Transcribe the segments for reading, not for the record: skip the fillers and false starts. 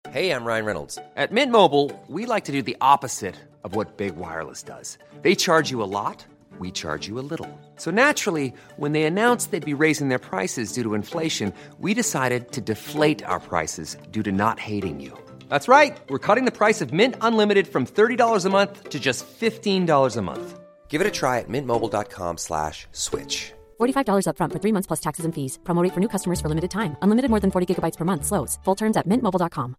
Hey, I'm Ryan Reynolds. At Mint Mobile, we like to do the opposite of what Big Wireless does. They charge you a lot, we charge you a little. So naturally, when they announced they'd be raising their prices due to inflation, we decided to deflate our prices due to not hating you. That's right. We're cutting the price of Mint Unlimited from $30 a month to just $15 a month. Give it a try at mintmobile.com/switch. $45 up front for 3 months plus taxes and fees. Promo rate for new customers for limited time. Unlimited more than 40 gigabytes per month. Slows full terms at mintmobile.com.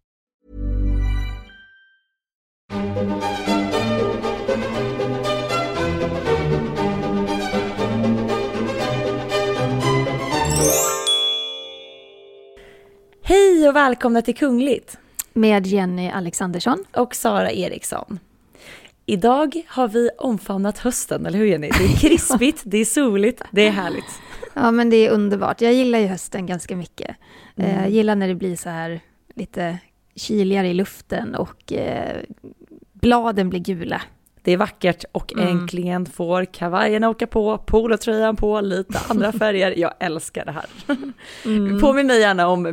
Hej och välkomna till Kungligt med Jenny Alexandersson och Sara Eriksson. Idag har vi omfamnat hösten, eller hur Jenny? Det är krispigt, det är soligt, det är härligt. Ja, men det är underbart. Jag gillar ju hösten ganska mycket. Jag gillar när det blir så här lite kyligare i luften och bladen blir gula. Det är vackert och äntligen får kavajen åka på, polotröjan på, lite andra färger. Jag älskar det här. Påminn mig gärna om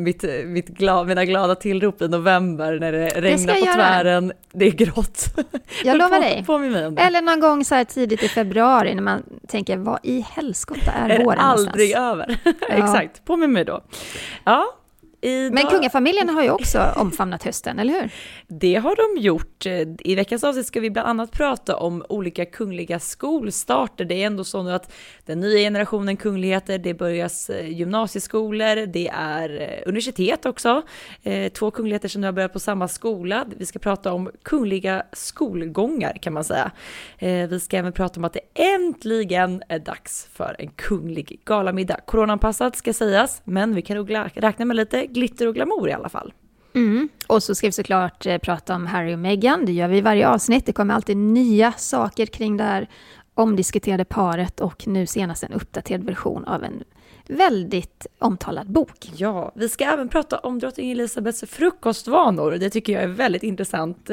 mina glada tillrop i november när det regnar på tvären. Det är grått. Jag lovar dig. Påminn mig om det. Eller någon gång så här tidigt i februari när man tänker, vad i helskotta är våren aldrig någonstans? Över. Exakt, påminn mig då. Ja. Men kungafamiljen har ju också omfamnat hösten, eller hur? Det har de gjort. I veckans avsnitt ska vi bland annat prata om olika kungliga skolstarter. Det är ändå så nu att den nya generationen kungligheter, det börjas gymnasieskolor, det är universitet också. 2 kungligheter som nu har börjat på samma skola. Vi ska prata om kungliga skolgångar kan man säga. Vi ska även prata om att det äntligen är dags för en kunglig galamiddag. Coronaanpassat ska sägas, men vi kan nog räkna med lite glitter och glamour i alla fall. Och så ska vi såklart prata om Harry och Meghan. Det gör vi i varje avsnitt. Det kommer alltid nya saker kring det här omdiskuterade paret och nu senast en uppdaterad version av en väldigt omtalad bok. Ja, vi ska även prata om drottning Elisabeths frukostvanor. Det tycker jag är väldigt intressant.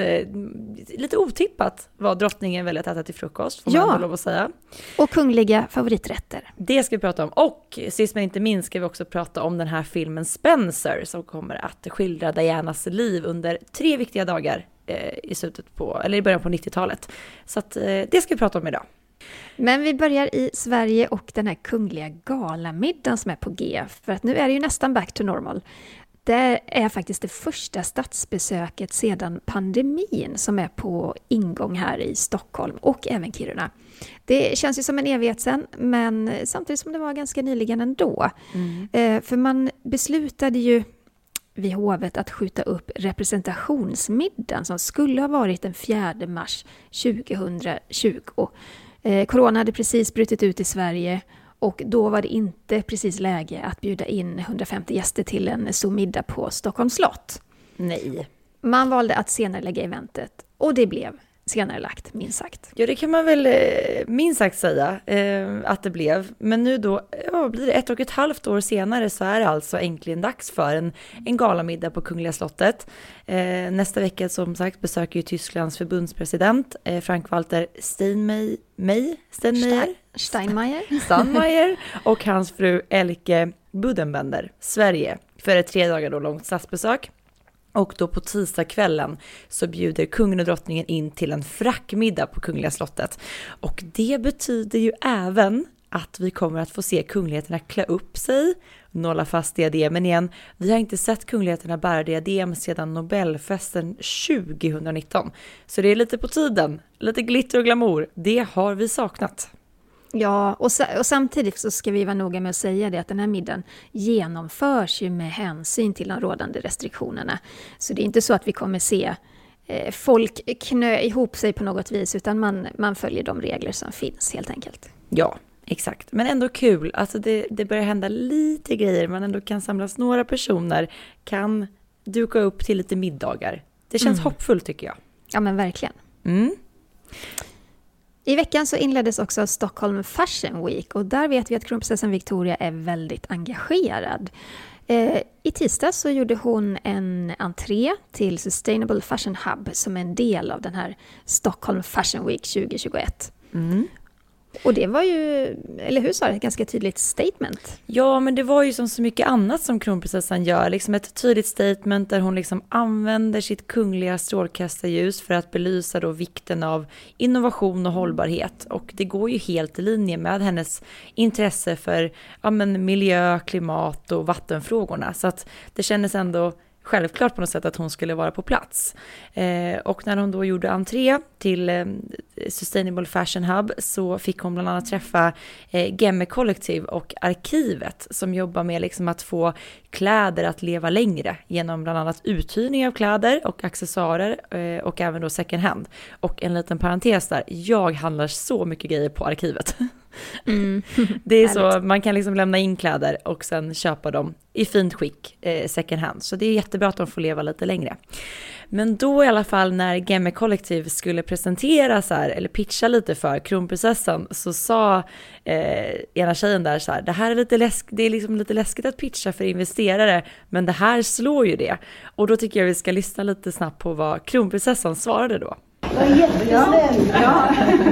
Lite otippat vad drottningen väljer att äta till frukost, får man lov att säga. Och kungliga favoriträtter. Det ska vi prata om. Och sist men inte minst ska vi också prata om den här filmen Spencer som kommer att skildra Dianas liv under 3 viktiga dagar i början på 90-talet. Så att, det ska vi prata om idag. Men vi börjar i Sverige och den här kungliga galamiddagen som är på G. För att nu är det ju nästan back to normal. Det är faktiskt det första statsbesöket sedan pandemin som är på ingång här i Stockholm och även Kiruna. Det känns ju som en evighet sedan, men samtidigt som det var ganska nyligen ändå. För man beslutade ju vid hovet att skjuta upp representationsmiddagen som skulle ha varit den 4 mars 2020. Corona hade precis brutit ut i Sverige och då var det inte precis läge att bjuda in 150 gäster till en stor middag på Stockholms slott. Nej. Man valde att senare lägga eventet och det blev senare lagt, minst sagt. Ja, det kan man väl minst sagt säga att det blev. Men nu då, blir det 1,5 år senare så är det alltså äntligen dags för en galamiddag på Kungliga slottet. Nästa vecka som sagt besöker ju Tysklands förbundspresident Frank-Walter Steinmeier och hans fru Elke Budenbender, Sverige, för ett 3 dagar då långt statsbesök. Och då på tisdagskvällen så bjuder kungen och drottningen in till en frackmiddag på Kungliga slottet. Och det betyder ju även att vi kommer att få se kungligheterna klä upp sig, nolla fast diademen igen. Vi har inte sett kungligheterna bära diadem sedan Nobelfesten 2019. Så det är lite på tiden, lite glitter och glamour. Det har vi saknat. Ja, och samtidigt så ska vi vara noga med att säga det att den här middagen genomförs ju med hänsyn till de rådande restriktionerna. Så det är inte så att vi kommer se folk knö ihop sig på något vis, utan man följer de regler som finns helt enkelt. Ja, exakt. Men ändå kul. Alltså det börjar hända lite grejer. Man ändå kan samlas några personer, kan duka upp till lite middagar. Det känns hoppfullt tycker jag. Ja, men verkligen. I veckan så inleddes också Stockholm Fashion Week och där vet vi att kronprinsessan Victoria är väldigt engagerad. I tisdag så gjorde hon en entré till Sustainable Fashion Hub som är en del av den här Stockholm Fashion Week 2021. Och det var ju, eller hur sa det, ett ganska tydligt statement. Ja, men det var ju som så mycket annat som kronprinsessan gör. Liksom ett tydligt statement där hon liksom använder sitt kungliga strålkastarljus för att belysa då vikten av innovation och hållbarhet. Och det går ju helt i linje med hennes intresse för miljö, klimat och vattenfrågorna. Så att det kändes ändå självklart på något sätt att hon skulle vara på plats. Och när hon då gjorde entré till Sustainable Fashion Hub så fick hon bland annat träffa Gemme Collective och arkivet som jobbar med liksom att få kläder att leva längre genom bland annat uthyrning av kläder och accessoarer och även då second hand. Och en liten parentes där, jag handlar så mycket grejer på arkivet. Det är så, man kan liksom lämna in kläder och sen köpa dem i fint skick second hand. Så det är jättebra att de får leva lite längre. Men då i alla fall när Gemme Collective skulle presentera så här, eller pitcha lite för kronprinsessan, så sa ena tjejen där så här: det här är det är liksom lite läskigt att pitcha för investerare, men det här slår ju det. Och då tycker jag vi ska lyssna lite snabbt på vad kronprinsessan svarade då. Jag är jättesnäll. Ja.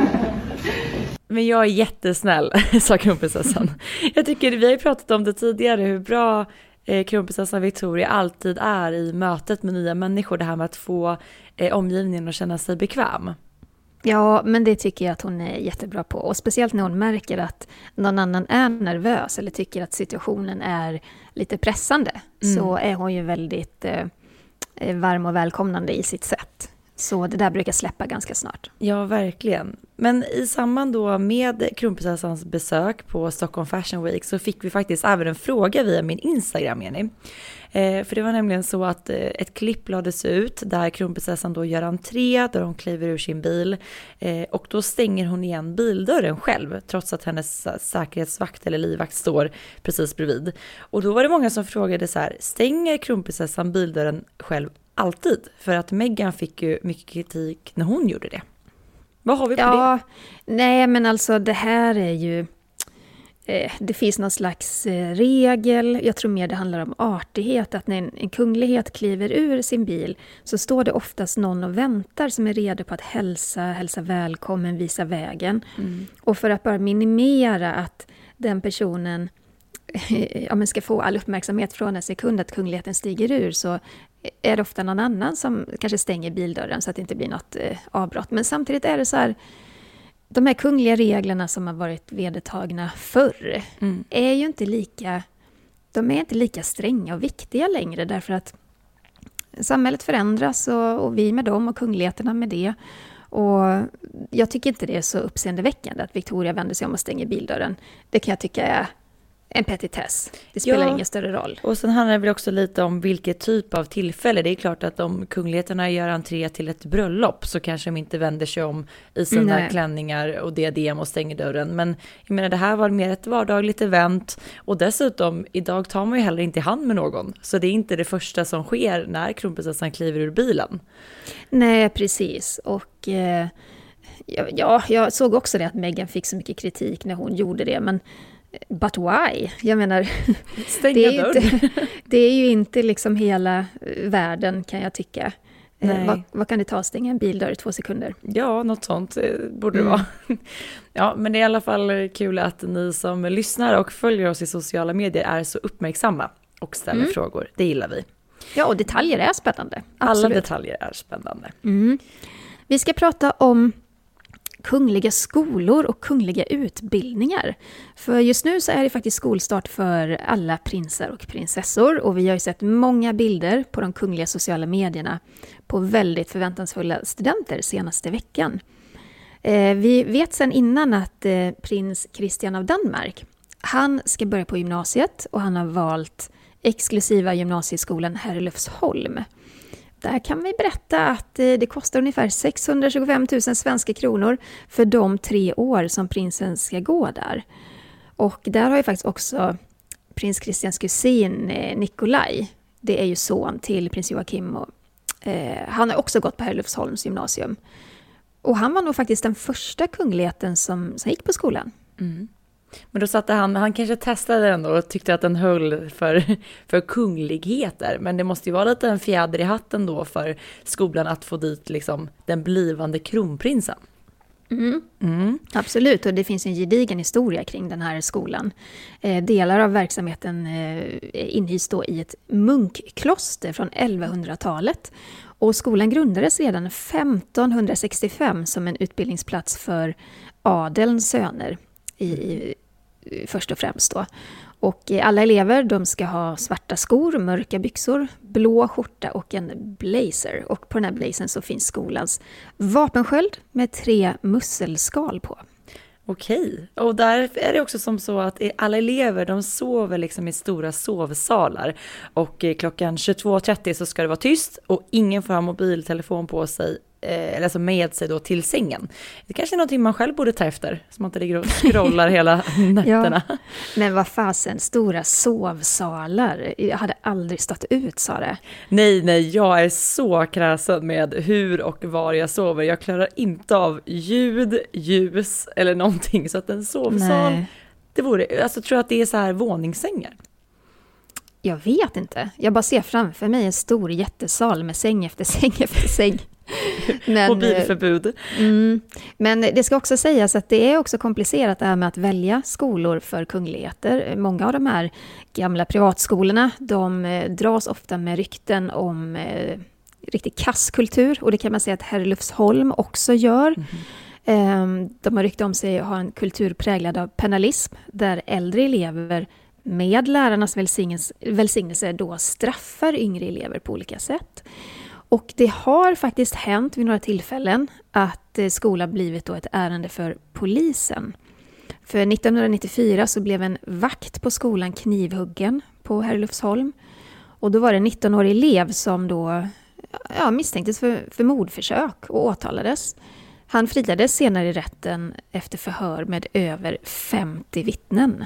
Men jag är jättesnäll, sa kronprinsessan. Jag tycker, vi har ju pratat om det tidigare, hur bra kronprinsessan Victoria alltid är i mötet med nya människor. Det här med att få omgivningen att känna sig bekväm. Ja, men det tycker jag att hon är jättebra på. Och speciellt när hon märker att någon annan är nervös eller tycker att situationen är lite pressande. Så är hon ju väldigt varm och välkomnande i sitt sätt. Så det där brukar släppa ganska snart. Ja, verkligen. Men i samband då med kronprinsessans besök på Stockholm Fashion Week så fick vi faktiskt även en fråga via min Instagram, Jenny. För det var nämligen så att ett klipp lades ut där kronprinsessan då gör entré, där hon kliver ur sin bil. Och då stänger hon igen bildörren själv, trots att hennes säkerhetsvakt eller livvakt står precis bredvid. Och då var det många som frågade så här: stänger kronprinsessan bildörren själv alltid? För att Meghan fick ju mycket kritik när hon gjorde det. Vad har vi på det? Nej, men alltså det här är ju... det finns någon slags regel. Jag tror mer det handlar om artighet. Att när en kunglighet kliver ur sin bil så står det oftast någon och väntar som är redo på att hälsa välkommen, visa vägen. Och för att bara minimera att den personen ska få all uppmärksamhet från en sekund att kungligheten stiger ur, så är det ofta någon annan som kanske stänger bildörren så att det inte blir något avbrott. Men samtidigt är det så här, de här kungliga reglerna som har varit vedertagna förr är ju inte lika stränga och viktiga längre, därför att samhället förändras och vi med dem och kungligheterna med det. Och jag tycker inte det är så uppseendeväckande att Victoria vänder sig om och stänger bildörren. Det kan jag tycka är en petitess. Det spelar ingen större roll. Och sen handlar det väl också lite om vilket typ av tillfälle. Det är klart att om kungligheterna gör entré till ett bröllop så kanske de inte vänder sig om i sina klänningar och diadem och stänger dörren. Men jag menar, det här var mer ett vardagligt event. Och dessutom, idag tar man ju heller inte i hand med någon. Så det är inte det första som sker när kronprinsessan kliver ur bilen. Nej, precis. Och jag såg också det att Meghan fick så mycket kritik när hon gjorde det. Men but why? Jag menar, det är ju inte liksom hela världen, kan jag tycka. Vad kan det ta att stänga en bildörr i 2 sekunder? Ja, något sånt borde det vara. Ja, men det är i alla fall kul att ni som lyssnar och följer oss i sociala medier är så uppmärksamma och ställer frågor. Det gillar vi. Ja, och detaljer är spännande. Absolut. Alla detaljer är spännande. Vi ska prata om kungliga skolor och kungliga utbildningar. För just nu så är det faktiskt skolstart för alla prinsar och prinsessor, och vi har ju sett många bilder på de kungliga sociala medierna på väldigt förväntansfulla studenter senaste veckan. Vi vet sedan innan att prins Christian av Danmark, han ska börja på gymnasiet och han har valt exklusiva gymnasieskolan Herlufsholm. Där kan vi berätta att det kostar ungefär 625 000 svenska kronor för de 3 år som prinsen ska gå där. Och där har ju faktiskt också prins Christians kusin Nikolaj, det är ju son till prins Joakim, och han har också gått på Herlufsholms gymnasium. Och han var nog faktiskt den första kungligheten som gick på skolan. Men då satte han kanske testade den och tyckte att den höll för kungligheter. Men det måste ju vara lite en fjäder i hatten då för skolan att få dit liksom den blivande kronprinsen. Absolut, och det finns en gedigen historia kring den här skolan. Delar av verksamheten är inhyst då i ett munkkloster från 1100-talet. Och skolan grundades redan 1565 som en utbildningsplats för adelns söner först och främst då. Och alla elever, de ska ha svarta skor, mörka byxor, blå skjorta och en blazer. Och på den här blazern så finns skolans vapensköld med 3 musselskal på. Okej, och där är det också som så att alla elever, de sover liksom i stora sovsalar. Och klockan 22.30 så ska det vara tyst och ingen får ha mobiltelefon på sig, eller alltså med sig då till sängen. Det kanske är någonting man själv borde ta efter, så man inte ligger och scrollar hela nätterna. Ja, men vad fasen, stora sovsalar. Jag hade aldrig stått ut, sa det. Nej, jag är så kräsen med hur och var jag sover. Jag klarar inte av ljud, ljus eller någonting. Så att en sovsal, det vore, alltså tror jag att det är så här våningssängar. Jag vet inte. Jag bara ser framför mig en stor jättesal med säng efter säng efter säng. Mobilförbud. Men det ska också sägas att det är också komplicerat det här med att välja skolor för kungligheter. Många av de här gamla privatskolorna, de dras ofta med rykten om riktigt kasskultur. Och det kan man säga att Herlufsholm också gör. De har rykte om sig att ha en kultur präglad av penalism, där äldre elever med lärarnas välsignelse då straffar yngre elever på olika sätt. Och det har faktiskt hänt vid några tillfällen att skolan blivit då ett ärende för polisen. För 1994 så blev en vakt på skolan knivhuggen på Herlufsholm. Och då var det en 19-årig elev som då misstänktes för mordförsök och åtalades. Han friades senare i rätten efter förhör med över 50 vittnen.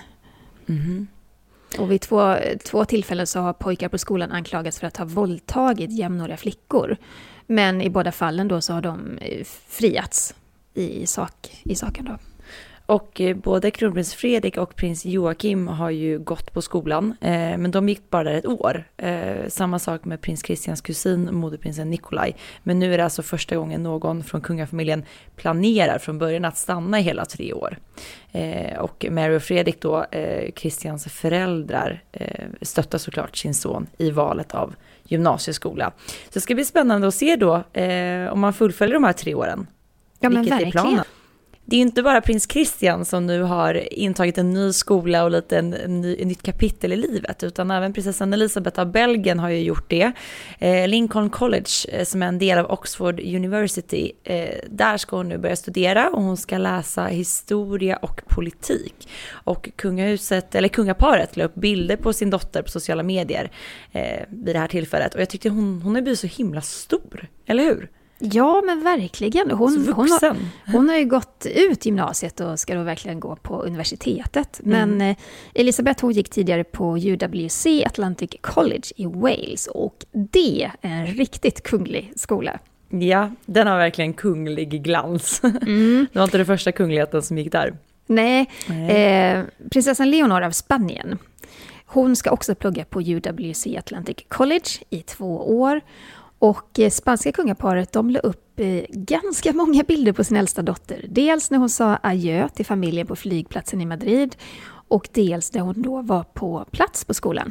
Och vid två tillfällen så har pojkar på skolan anklagats för att ha våldtagit jämnåriga flickor. Men i båda fallen då så har de friats i saken då. Och både kronprins Fredrik och prins Joakim har ju gått på skolan, men de gick bara där ett år. Samma sak med prins Christians kusin, moderprinsen Nikolaj. Men nu är det alltså första gången någon från kungafamiljen planerar från början att stanna i hela 3 år. Och Mary och Fredrik då, Christians föräldrar, stöttar såklart sin son i valet av gymnasieskola. Så det ska bli spännande att se då om man fullföljer de här 3 åren. Ja, men vilket är planen. Det är inte bara prins Christian som nu har intagit en ny skola och lite en nytt kapitel i livet, utan även prinsessan Elisabeth av Belgien har ju gjort det. Lincoln College, som är en del av Oxford University, där ska hon nu börja studera och hon ska läsa historia och politik. Och kungaparet la upp bilder på sin dotter på sociala medier vid det här tillfället. Och jag tyckte hon har blivit så himla stor, eller hur? Ja, men verkligen. Hon har ju gått ut gymnasiet och ska då verkligen gå på universitetet. Men Elisabeth, hon gick tidigare på UWC Atlantic College i Wales, och det är en riktigt kunglig skola. Ja, den har verkligen kunglig glans. Det var inte det första kungligheten som gick där. Nej. Prinsessan Leonor av Spanien, hon ska också plugga på UWC Atlantic College i 2 år. Och spanska kungaparet, de la upp ganska många bilder på sin äldsta dotter. Dels när hon sa adjö till familjen på flygplatsen i Madrid, och dels när hon då var på plats på skolan.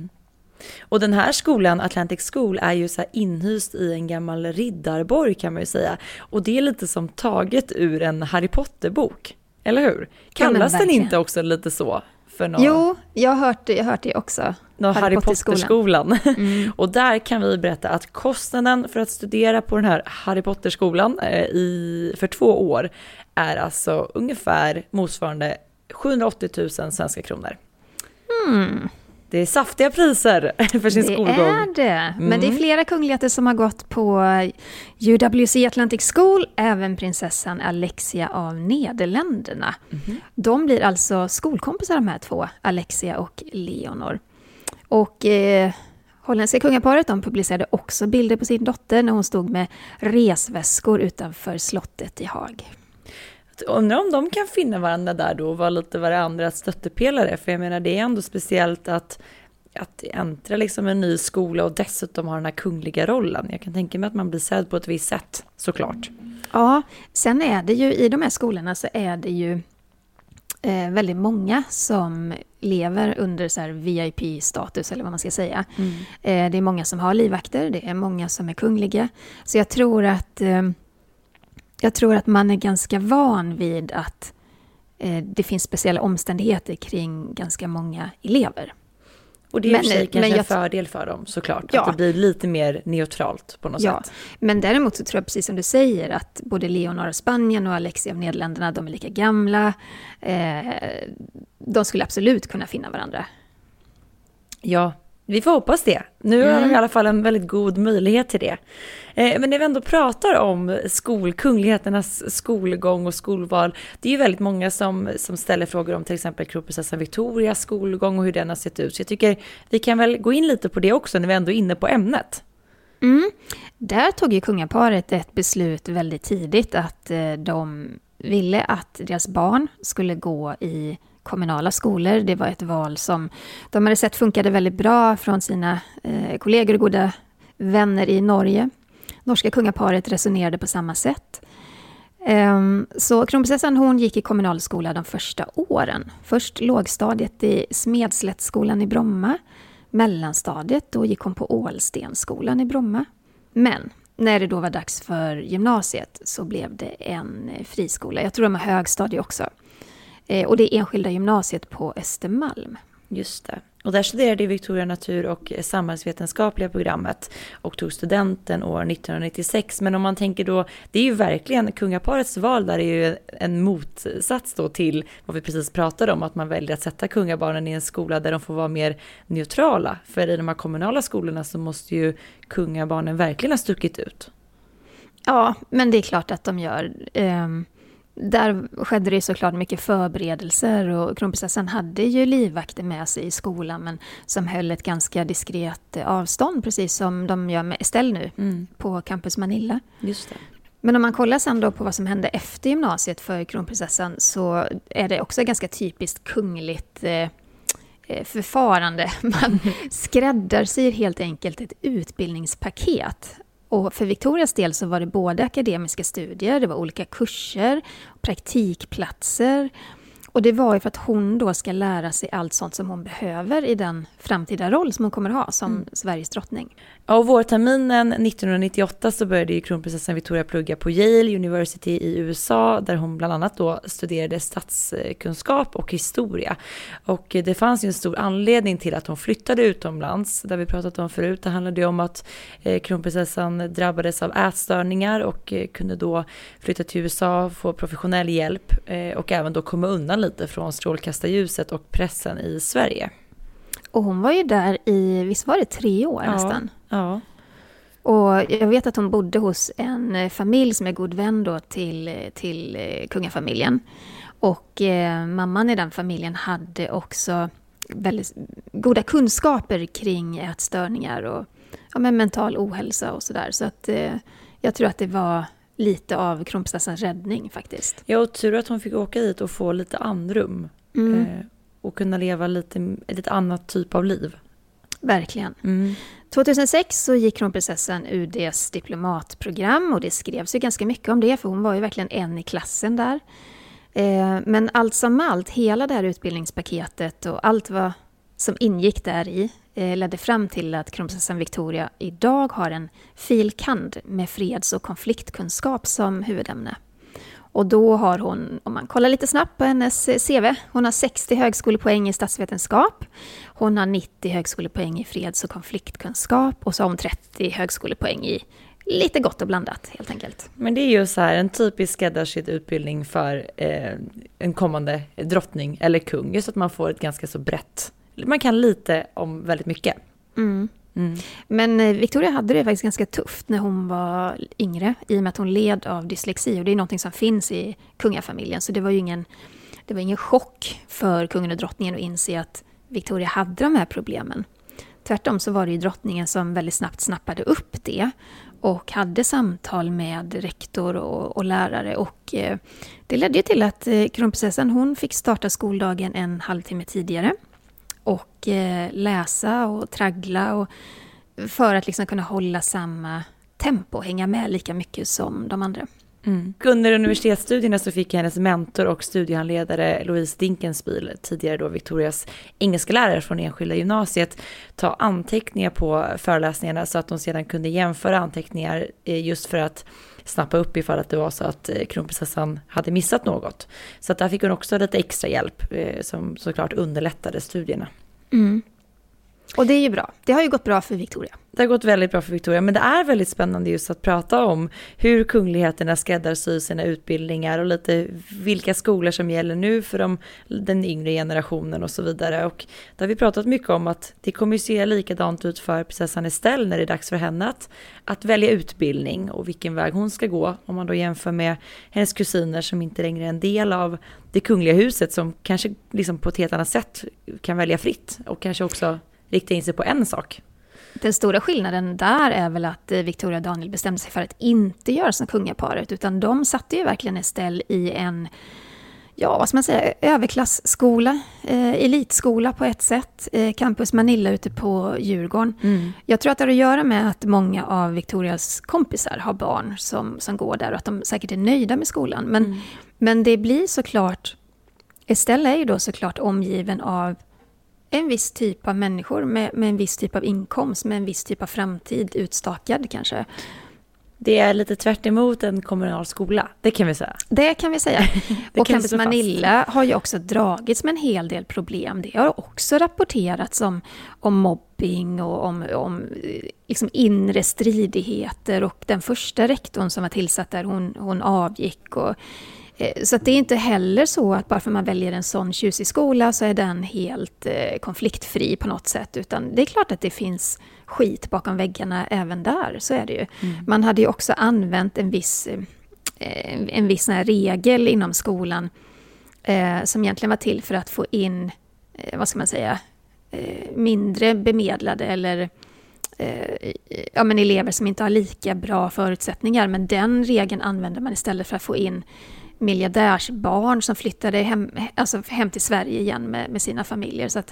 Och den här skolan, Atlantic School, är ju så här inhyst i en gammal riddarborg, kan man ju säga. Och det är lite som taget ur en Harry Potter-bok, eller hur? Kallas den inte också lite så? Jo, jag har hört det också. Harry Potter-skolan. Och där kan vi berätta att kostnaden för att studera på den här Harry Potter-skolan för 2 år är alltså ungefär motsvarande 780 000 svenska kronor. Det är saftiga priser för sin skolgång. Det är det. Men det är flera kungligheter som har gått på UWC Atlantic School, även prinsessan Alexia av Nederländerna. De blir alltså skolkompisar, de här 2, Alexia och Leonor. Och holländska kungaparet, de publicerade också bilder på sin dotter när hon stod med resväskor utanför slottet i Haag. Undrar om de kan finna varandra där då och vara lite varandras stöttepelare. För jag menar, det är ändå speciellt att äntra liksom en ny skola och dessutom ha den här kungliga rollen. Jag kan tänka mig att man blir sedd på ett visst sätt, såklart. Ja, sen är det ju i de här skolorna så är det ju väldigt många som lever under så här VIP-status eller vad man ska säga. Det är många som har livvakter, det är många som är kungliga. Så jag tror att man är ganska van vid att det finns speciella omständigheter kring ganska många elever. Och det är ju kanske en fördel för dem såklart, ja. Att det blir lite mer neutralt på något sätt. Men däremot så tror jag precis som du säger att både Leonor av Spanien och Alexia av Nederländerna, de är lika gamla. De skulle absolut kunna finna varandra. Ja, vi får hoppas det. Nu har de i alla fall en väldigt god möjlighet till det. Men när vi ändå pratar om kungligheternas skolgång och skolval, det är ju väldigt många som ställer frågor om till exempel kronprinsessan Victorias skolgång och hur den har sett ut. Så jag tycker vi kan väl gå in lite på det också när vi ändå är inne på ämnet. Där tog ju kungaparet ett beslut väldigt tidigt att de ville att deras barn skulle gå i kommunala skolor. Det var ett val som de hade sett funkade väldigt bra från sina kollegor och goda vänner i Norge. Norska kungaparet resonerade på samma sätt. Så kronprinsessan hon gick i kommunalskola de första åren. Först lågstadiet i Smedslättskolan i Bromma. Mellanstadiet då gick hon på Ålstensskolan i Bromma. Men när det då var dags för gymnasiet så blev det en friskola. Jag tror de har högstadie också. Och det är enskilda gymnasiet på Östermalm. Just det. Och där studerade Victoria natur- och samhällsvetenskapliga programmet och tog studenten år 1996. Men om man tänker då, det är ju verkligen kungaparets val där är ju en motsats då till vad vi precis pratade om, att man väljer att sätta kungabarnen i en skola där de får vara mer neutrala. För i de här kommunala skolorna så måste ju kungabarnen verkligen ha stuckit ut. Ja, men det är klart att de gör. Där skedde det såklart mycket förberedelser och kronprinsessan hade ju livvakter med sig i skolan men som höll ett ganska diskret avstånd, precis som de gör med Estelle nu på Campus Manilla. Just det. Men om man kollar sen då på vad som hände efter gymnasiet för kronprinsessan så är det också ganska typiskt kungligt förfarande. Man skräddarsyr helt enkelt ett utbildningspaket. Och för Victorias del så var det både akademiska studier, det var olika kurser, praktikplatser. Och det var ju för att hon då ska lära sig allt sånt som hon behöver i den framtida roll som hon kommer ha som Sveriges drottning. Ja, och vårterminen 1998 så började ju kronprinsessan Victoria plugga på Yale University i USA där hon bland annat då studerade statskunskap och historia. Och det fanns ju en stor anledning till att hon flyttade utomlands, där vi pratat om förut. Det handlade ju om att kronprinsessan drabbades av ätstörningar och kunde då flytta till USA, få professionell hjälp och även då komma undan lite från strålkastarljuset och pressen i Sverige. Och hon var ju där i, visst var det 3 år nästan? Ja. Och jag vet att hon bodde hos en familj som är god vän då till kungafamiljen. Och mamman i den familjen hade också väldigt goda kunskaper kring ätstörningar och mental ohälsa och sådär. Så att jag tror att det var lite av kronprinsessans räddning faktiskt. Ja, och tur att hon fick åka dit och få lite andrum. Och kunna leva lite annat typ av liv. Verkligen. 2006 så gick kronprinsessan UD:s diplomatprogram och det skrevs ju ganska mycket om det för hon var ju verkligen en i klassen där. Men allt som allt, hela det här utbildningspaketet och allt vad som ingick där i ledde fram till att kronprinsessan Victoria idag har en fil.kand. Med freds- och konfliktkunskap som huvudämne. Och då har hon, om man kollar lite snabbt på hennes CV, hon har 60 högskolepoäng i statsvetenskap, hon har 90 högskolepoäng i freds- och konfliktkunskap och så har hon 30 högskolepoäng i lite gott och blandat helt enkelt. Men det är ju så här en typisk skräddarsydd utbildning för en kommande drottning eller kung, just att man får ett ganska så brett, man kan lite om väldigt mycket. Men Victoria hade det faktiskt ganska tufft när hon var yngre i och med att hon led av dyslexi och det är någonting som finns i kungafamiljen så det var ju ingen chock för kungen och drottningen att inse att Victoria hade de här problemen. Tvärtom så var det ju drottningen som väldigt snabbt snappade upp det och hade samtal med rektor och lärare och det ledde ju till att kronprinsessan hon fick starta skoldagen en halvtimme tidigare och läsa och traggla och för att liksom kunna hålla samma tempo och hänga med lika mycket som de andra. Under universitetsstudierna så fick hennes mentor och studiehandledare Louise Dinkelspiel, tidigare då Victorias engelska lärare från enskilda gymnasiet, ta anteckningar på föreläsningarna så att de sedan kunde jämföra anteckningar just för att snappa upp ifall att det var så att kronprinsessan hade missat något. Så att där fick hon också lite extra hjälp som såklart underlättade studierna. Och det är ju bra. Det har ju gått bra för Victoria. Det har gått väldigt bra för Victoria, men det är väldigt spännande just att prata om hur kungligheterna skräddarsyr sina utbildningar och lite vilka skolor som gäller nu för den yngre generationen och så vidare. Och där har vi pratat mycket om att det kommer se likadant ut för prinsessan Estelle när det är dags för henne att välja utbildning och vilken väg hon ska gå. Om man då jämför med hennes kusiner som inte längre är en del av det kungliga huset, som kanske liksom på ett helt annat sätt kan välja fritt och kanske också rikta in sig på en sak. Den stora skillnaden där är väl att Victoria och Daniel bestämde sig för att inte göra som kungaparet, utan de satte ju verkligen Estelle i en, vad ska man säga, överklassskola, elitskola på ett sätt, Campus Manilla ute på Djurgården. Jag tror att det har att göra med att många av Victorias kompisar har barn som går där och att de säkert är nöjda med skolan. Men det blir såklart, Estelle är ju då såklart omgiven av en viss typ av människor med en viss typ av inkomst, med en viss typ av framtid utstakad kanske. Det är lite tvärt emot en kommunal skola, det kan vi säga. Det kan vi säga. Och Campus Manilla har ju också dragits med en hel del problem. Det har också rapporterats om mobbing och om liksom inre stridigheter. Och den första rektorn som var tillsatt där, hon avgick. Så att det är inte heller så att bara för man väljer en sån tjusig skola så är den helt konfliktfri på något sätt. Utan det är klart att det finns skit bakom väggarna även där, så är det ju. Man hade ju också använt en viss sån här regel inom skolan som egentligen var till för att få in, vad ska man säga, mindre bemedlade eller elever som inte har lika bra förutsättningar. Men den regeln använder man istället för att få in miljardärsbarn som flyttade hem till Sverige igen med sina familjer. Så att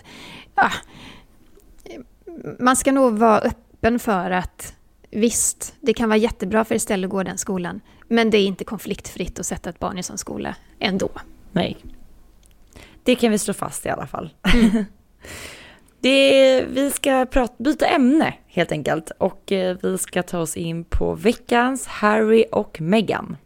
man ska nog vara öppen för att visst, det kan vara jättebra för istället att gå den skolan, men det är inte konfliktfritt att sätta ett barn i sån skola ändå. Nej, det kan vi slå fast i alla fall. Vi ska byta ämne helt enkelt, och vi ska ta oss in på veckans Harry och Meghan.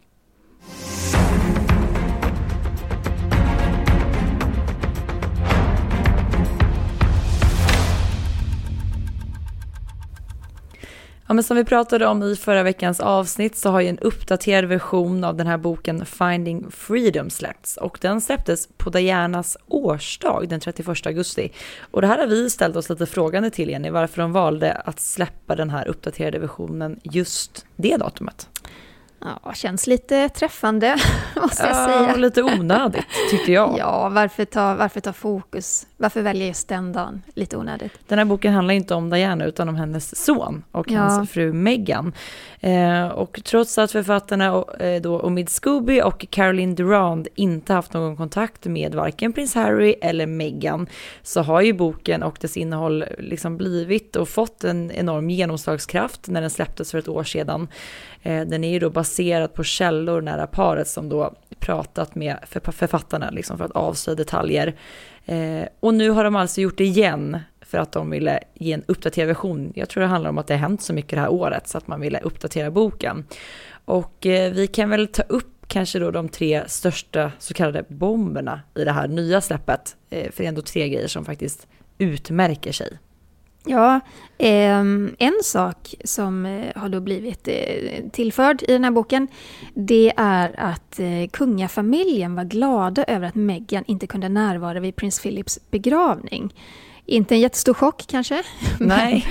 Ja, men som vi pratade om i förra veckans avsnitt så har ju en uppdaterad version av den här boken Finding Freedom släppts, och den släpptes på Dianas årsdag den 31 augusti. Och det här har vi ställt oss lite frågande till, Jenny, varför de valde att släppa den här uppdaterade versionen just det datumet. Ja, känns lite träffande, måste jag säga. Och lite onödigt, tycker jag. Ja, varför ta fokus? Varför välja just den dagen? Lite onödigt. Den här boken handlar inte om Diana utan om hennes son och hans fru Meghan. Och trots att författarna då Omid Scobie och Caroline Durand inte haft någon kontakt med varken prins Harry eller Meghan, så har ju boken och dess innehåll liksom blivit och fått en enorm genomslagskraft när den släpptes för ett år sedan. Den är ju då baserad på källor nära paret som då pratat med författarna liksom för att avslöja detaljer. Och nu har de alltså gjort det igen för att de ville ge en uppdaterad version. Jag tror det handlar om att det har hänt så mycket det här året så att man ville uppdatera boken. Och vi kan väl ta upp kanske då de 3 största så kallade bomberna i det här nya släppet. För det är ändå 3 grejer som faktiskt utmärker sig. Ja, en sak som har då blivit tillförd i den här boken, det är att kungafamiljen var glada över att Meghan inte kunde närvara vid prins Philips begravning. Inte en jättestor chock kanske. Nej.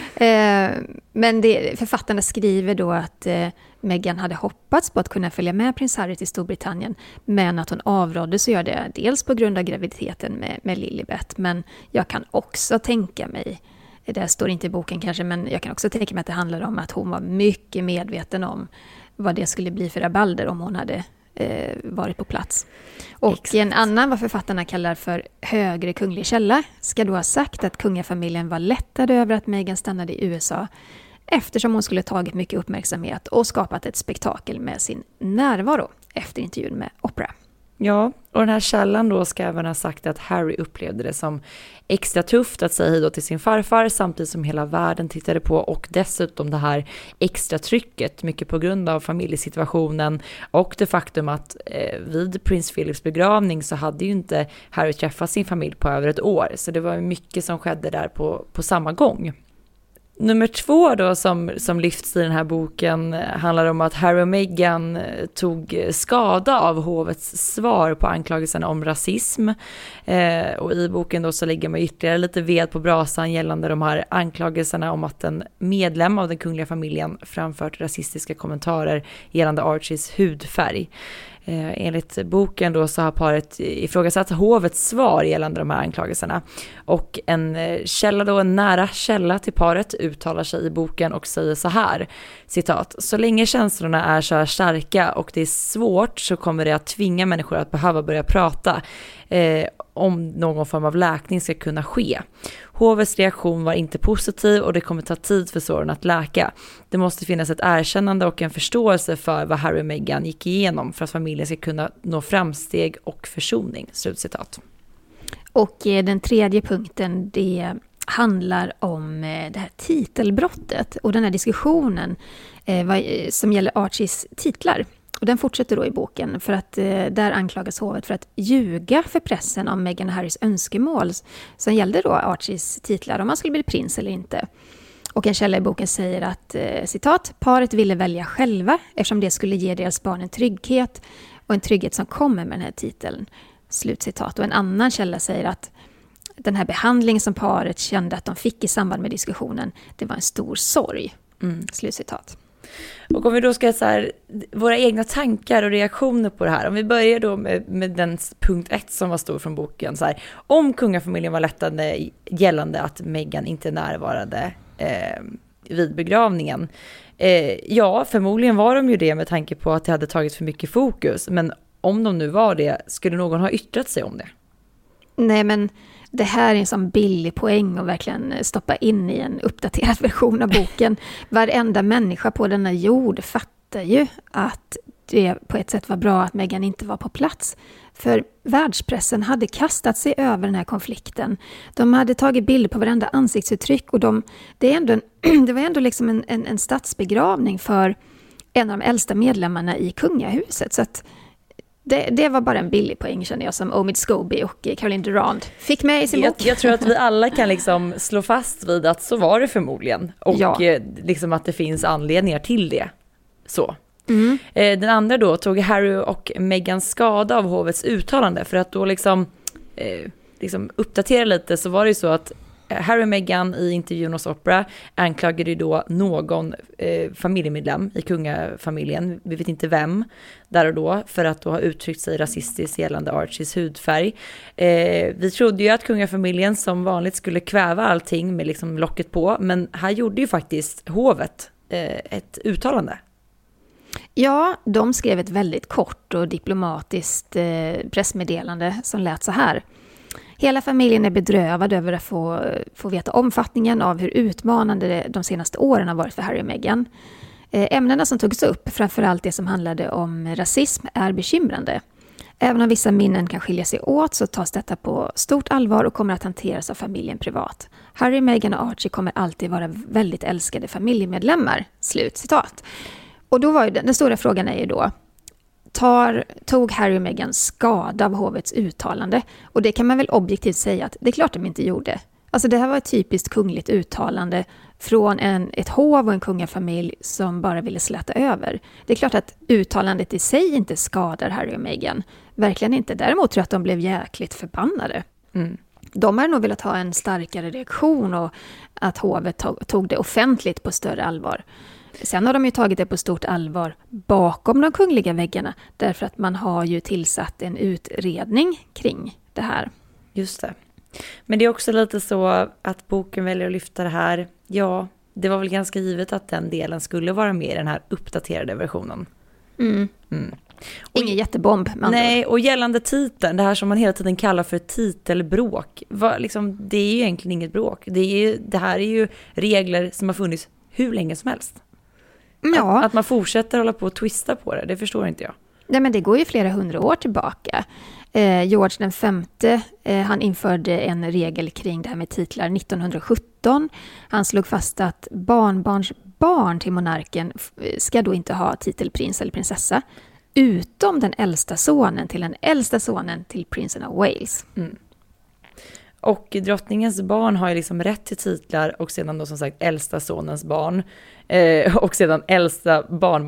Men författarna skriver då att Meghan hade hoppats på att kunna följa med prins Harry till Storbritannien, men att hon avrådde så gör det dels på grund av graviditeten med Lilibet, men jag kan också tänka mig, det står inte i boken kanske, men jag kan också tänka mig att det handlar om att hon var mycket medveten om vad det skulle bli för rabalder om hon hade varit på plats. Och exakt. En annan, vad författarna kallar för högre kunglig källa, ska då ha sagt att kungafamiljen var lättade över att Meghan stannade i USA eftersom hon skulle tagit mycket uppmärksamhet och skapat ett spektakel med sin närvaro efter intervjun med Oprah. Ja, och den här källan då ska även ha sagt att Harry upplevde det som extra tufft att säga hej då till sin farfar samtidigt som hela världen tittade på, och dessutom det här extra trycket, mycket på grund av familjesituationen och det faktum att vid prins Philips begravning så hade ju inte Harry träffat sin familj på över ett år, så det var mycket som skedde där på samma gång. Nummer 2 då som lyfts i den här boken handlar om att Harry och Meghan tog skada av hovets svar på anklagelserna om rasism. Och i boken då så lägger man ytterligare lite ved på brasan gällande de här anklagelserna om att en medlem av den kungliga familjen framfört rasistiska kommentarer gällande Archies hudfärg. Enligt boken då så har paret ifrågasatt hovets svar gällande de här anklagelserna, och en nära källa till paret uttalar sig i boken och säger så här, citat: så länge känslorna är så här starka och det är svårt så kommer det att tvinga människor att behöva börja prata om någon form av läkning ska kunna ske. Hovets reaktion var inte positiv och det kommer ta tid för såren att läka. Det måste finnas ett erkännande och en förståelse för vad Harry och Meghan gick igenom för att familjen ska kunna nå framsteg och försoning. Slutcitat. Och den tredje punkten, det handlar om det här titelbrottet och den här diskussionen som gäller Archies titlar. Och den fortsätter då i boken för att där anklagas hovet för att ljuga för pressen om Meghan och Harrys önskemål som gällde då Archies titlar, om man skulle bli prins eller inte. Och en källa i boken säger att, citat, paret ville välja själva eftersom det skulle ge deras barn en trygghet och en trygghet som kommer med den här titeln. Slutcitat. Och en annan källa säger att den här behandlingen som paret kände att de fick i samband med diskussionen, det var en stor sorg. Slutcitat. Och om vi då ska så här, våra egna tankar och reaktioner på det här. Om vi börjar då med den punkt 1 som var stor från boken. Så här, om kungafamiljen var lättande gällande att Meghan inte närvarade vid begravningen. Ja, förmodligen var de ju det med tanke på att det hade tagit för mycket fokus. Men om de nu var det, skulle någon ha yttrat sig om det? Nej, men det här är en sån billig poäng att verkligen stoppa in i en uppdaterad version av boken. Varenda människa på denna jord fattar ju att det på ett sätt var bra att Meghan inte var på plats. För världspressen hade kastat sig över den här konflikten. De hade tagit bilder på varenda ansiktsuttryck och det var ändå liksom en statsbegravning för en av de äldsta medlemmarna i kungahuset. Så att det var bara en billig poäng, känner jag, som Omid Scobie och Caroline Durand fick med i sin bok. Jag tror att vi alla kan liksom slå fast vid att så var det förmodligen. Och liksom att det finns anledningar till det. Så. Den andra då tog Harry och Meghan skada av hovets uttalande. För att då liksom uppdatera lite, så var det ju så att Harry och Meghan i intervjun hos Oprah anklagade ju då någon familjemedlem i kungafamiljen, vi vet inte vem, där och då, för att då ha uttryckt sig rasistiskt gällande Archies hudfärg. Vi trodde ju att kungafamiljen som vanligt skulle kväva allting med liksom locket på, men här gjorde ju faktiskt hovet ett uttalande. Ja, de skrev ett väldigt kort och diplomatiskt pressmeddelande som lät så här. Hela familjen är bedrövad över att få veta omfattningen av hur utmanande de senaste åren har varit för Harry och Meghan. Ämnena som togs upp, framförallt det som handlade om rasism, är bekymrande. Även om vissa minnen kan skilja sig åt så tas detta på stort allvar och kommer att hanteras av familjen privat. Harry, Meghan och Archie kommer alltid vara väldigt älskade familjemedlemmar. Slutcitat. Och då var ju den stora frågan är ju då, tog Harry och Meghan skada av hovets uttalande? Och det kan man väl objektivt säga att det är klart de inte gjorde. Alltså det här var ett typiskt kungligt uttalande från ett hov och en kungafamilj som bara ville släta över. Det är klart att uttalandet i sig inte skadar Harry och Meghan. Verkligen inte. Däremot tror jag att de blev jäkligt förbannade. De hade nog velat ha en starkare reaktion och att hovet tog det offentligt på större allvar. Sen har de ju tagit det på stort allvar bakom de kungliga väggarna, därför att man har ju tillsatt en utredning kring det här. Just det. Men det är också lite så att boken väljer att lyfta det här. Ja, det var väl ganska givet att den delen skulle vara med i den här uppdaterade versionen. Ingen jättebomb. Nej, och gällande titeln, det här som man hela tiden kallar för titelbråk. Det är ju egentligen inget bråk. Det här är ju regler som har funnits hur länge som helst. Ja. Att man fortsätter hålla på och twista på det förstår inte jag. Nej, men det går ju flera hundra år tillbaka. George den femte, han införde en regel kring det här med titlar 1917. Han slog fast att barnbarns barn till monarken ska då inte ha titel prins eller prinsessa, utom den äldsta sonen till prinsen av Wales. Mm. Och drottningens barn har ju liksom rätt till titlar och sedan då som sagt äldsta sonens barn och sedan äldsta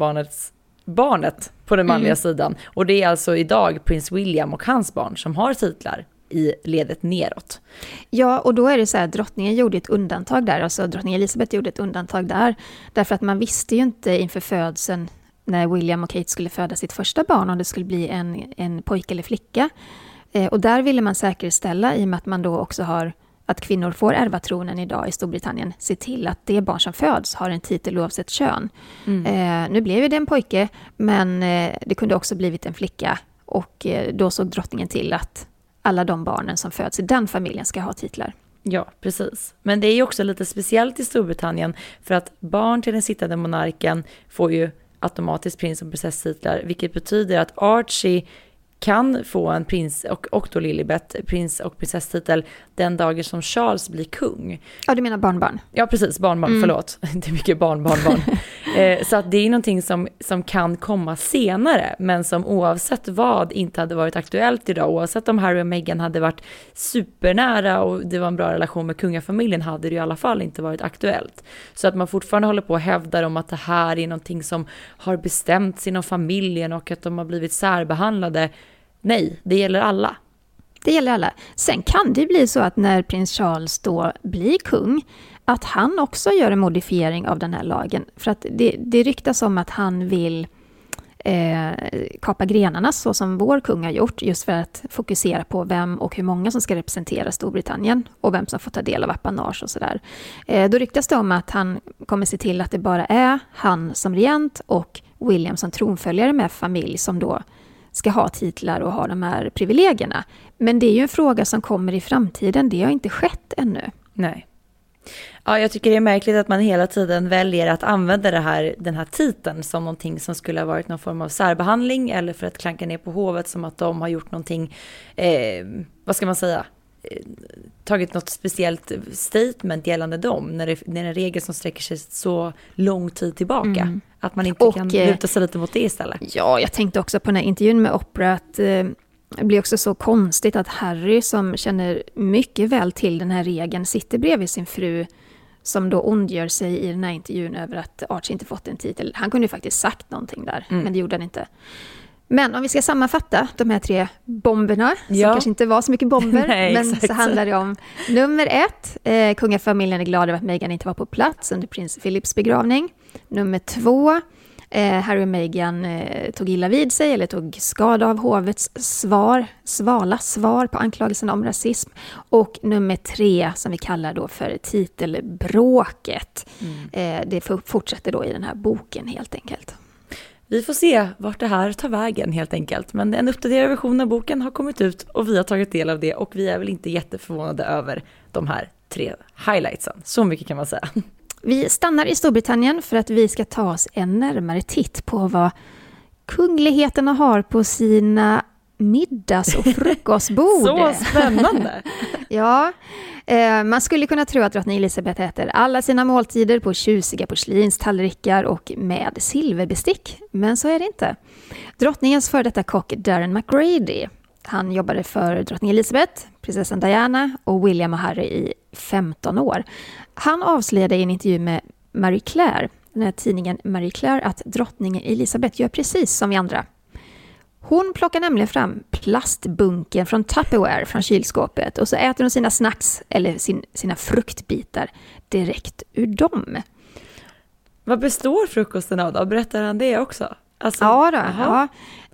barnet på den manliga sidan. Och det är alltså idag prins William och hans barn som har titlar i ledet neråt. Ja, och då är det så här, drottningen gjorde ett undantag där, alltså drottning Elizabeth gjorde ett undantag där, därför att man visste ju inte inför födseln när William och Kate skulle föda sitt första barn om det skulle bli en pojke eller flicka. Och där ville man säkerställa, i och med att man då också har att kvinnor får ärva tronen idag i Storbritannien, se till att det barn som föds har en titel oavsett kön. Nu blev det en pojke, men det kunde också blivit en flicka, och då såg drottningen till att alla de barnen som föds i den familjen ska ha titlar. Ja, precis. Men det är ju också lite speciellt i Storbritannien, för att barn till den sittande monarken får ju automatiskt prins- och prinsesstitlar, vilket betyder att Archie kan få en prins och då Lilibet prins- och prinsesstitel den dagen som Charles blir kung. Ja, du menar barnbarn? Ja, precis. Barnbarn, förlåt. Det är mycket barnbarn. Så att det är någonting som kan komma senare, men som oavsett vad inte hade varit aktuellt idag. Oavsett om Harry och Meghan hade varit supernära och det var en bra relation med kungafamiljen, hade det i alla fall inte varit aktuellt. Så att man fortfarande håller på och hävdar om att det här är någonting som har bestämts inom familjen och att de har blivit särbehandlade. Nej, det gäller alla. Det gäller alla. Sen kan det bli så att när prins Charles då blir kung, att han också gör en modifiering av den här lagen. För att det ryktas om att han vill kapa grenarna så som vår kung har gjort, just för att fokusera på vem och hur många som ska representera Storbritannien och vem som får ta del av apanage och sådär. Då ryktas det om att han kommer se till att det bara är han som regent och William som tronföljare med familj som då ska ha titlar och ha de här privilegierna. Men det är ju en fråga som kommer i framtiden. Det har inte skett ännu. Nej. Ja, jag tycker det är märkligt att man hela tiden väljer att använda den här titeln som någonting som skulle ha varit någon form av särbehandling, eller för att klanka ner på hovet som att de har gjort någonting, vad ska man säga, tagit något speciellt statement gällande dem, när det är en regel som sträcker sig så lång tid tillbaka. Att man inte kan luta sig lite mot det istället. Ja, jag tänkte också på den här intervjun med Oprah att det blir också så konstigt att Harry, som känner mycket väl till den här regeln, sitter bredvid sin fru som då ondgör sig i den här intervjun över att Archie inte fått en titel. Han kunde ju faktiskt sagt någonting där, men det gjorde han inte. Men om vi ska sammanfatta de här 3 bomberna, som kanske inte var så mycket bomber, nej, men exakt. Så handlar det om nummer 1, kungafamiljen är glad över att Meghan inte var på plats under prins Philips begravning. Nummer 2, Harry och Meghan tog illa vid sig eller tog skada av hovets svala svar på anklagelsen om rasism. Och nummer 3, som vi kallar då för titelbråket, det fortsätter då i den här boken helt enkelt. Vi får se vart det här tar vägen helt enkelt. Men en uppdaterad version av boken har kommit ut och vi har tagit del av det. Och vi är väl inte jätteförvånade över de här 3 highlightsen. Så mycket kan man säga. Vi stannar i Storbritannien för att vi ska ta oss en närmare titt på vad kungligheterna har på sina middags- och frukostbord. Så spännande! Ja, man skulle kunna tro att drottning Elizabeth äter alla sina måltider på tjusiga porslinstallrikar och med silverbestick, men så är det inte. Drottningens för detta kock Darren McGrady, han jobbade för drottning Elizabeth, prinsessan Diana och William och Harry i 15 år. Han avslöjade i en intervju med Marie Claire, den här tidningen Marie Claire, att drottningen Elizabeth gör precis som vi andra. Hon plockar nämligen fram plastbunken från Tupperware från kylskåpet och så äter hon sina snacks eller sina fruktbitar direkt ur dem. Vad består frukosten av då? Berättar han det också? Alltså, ja då, ja.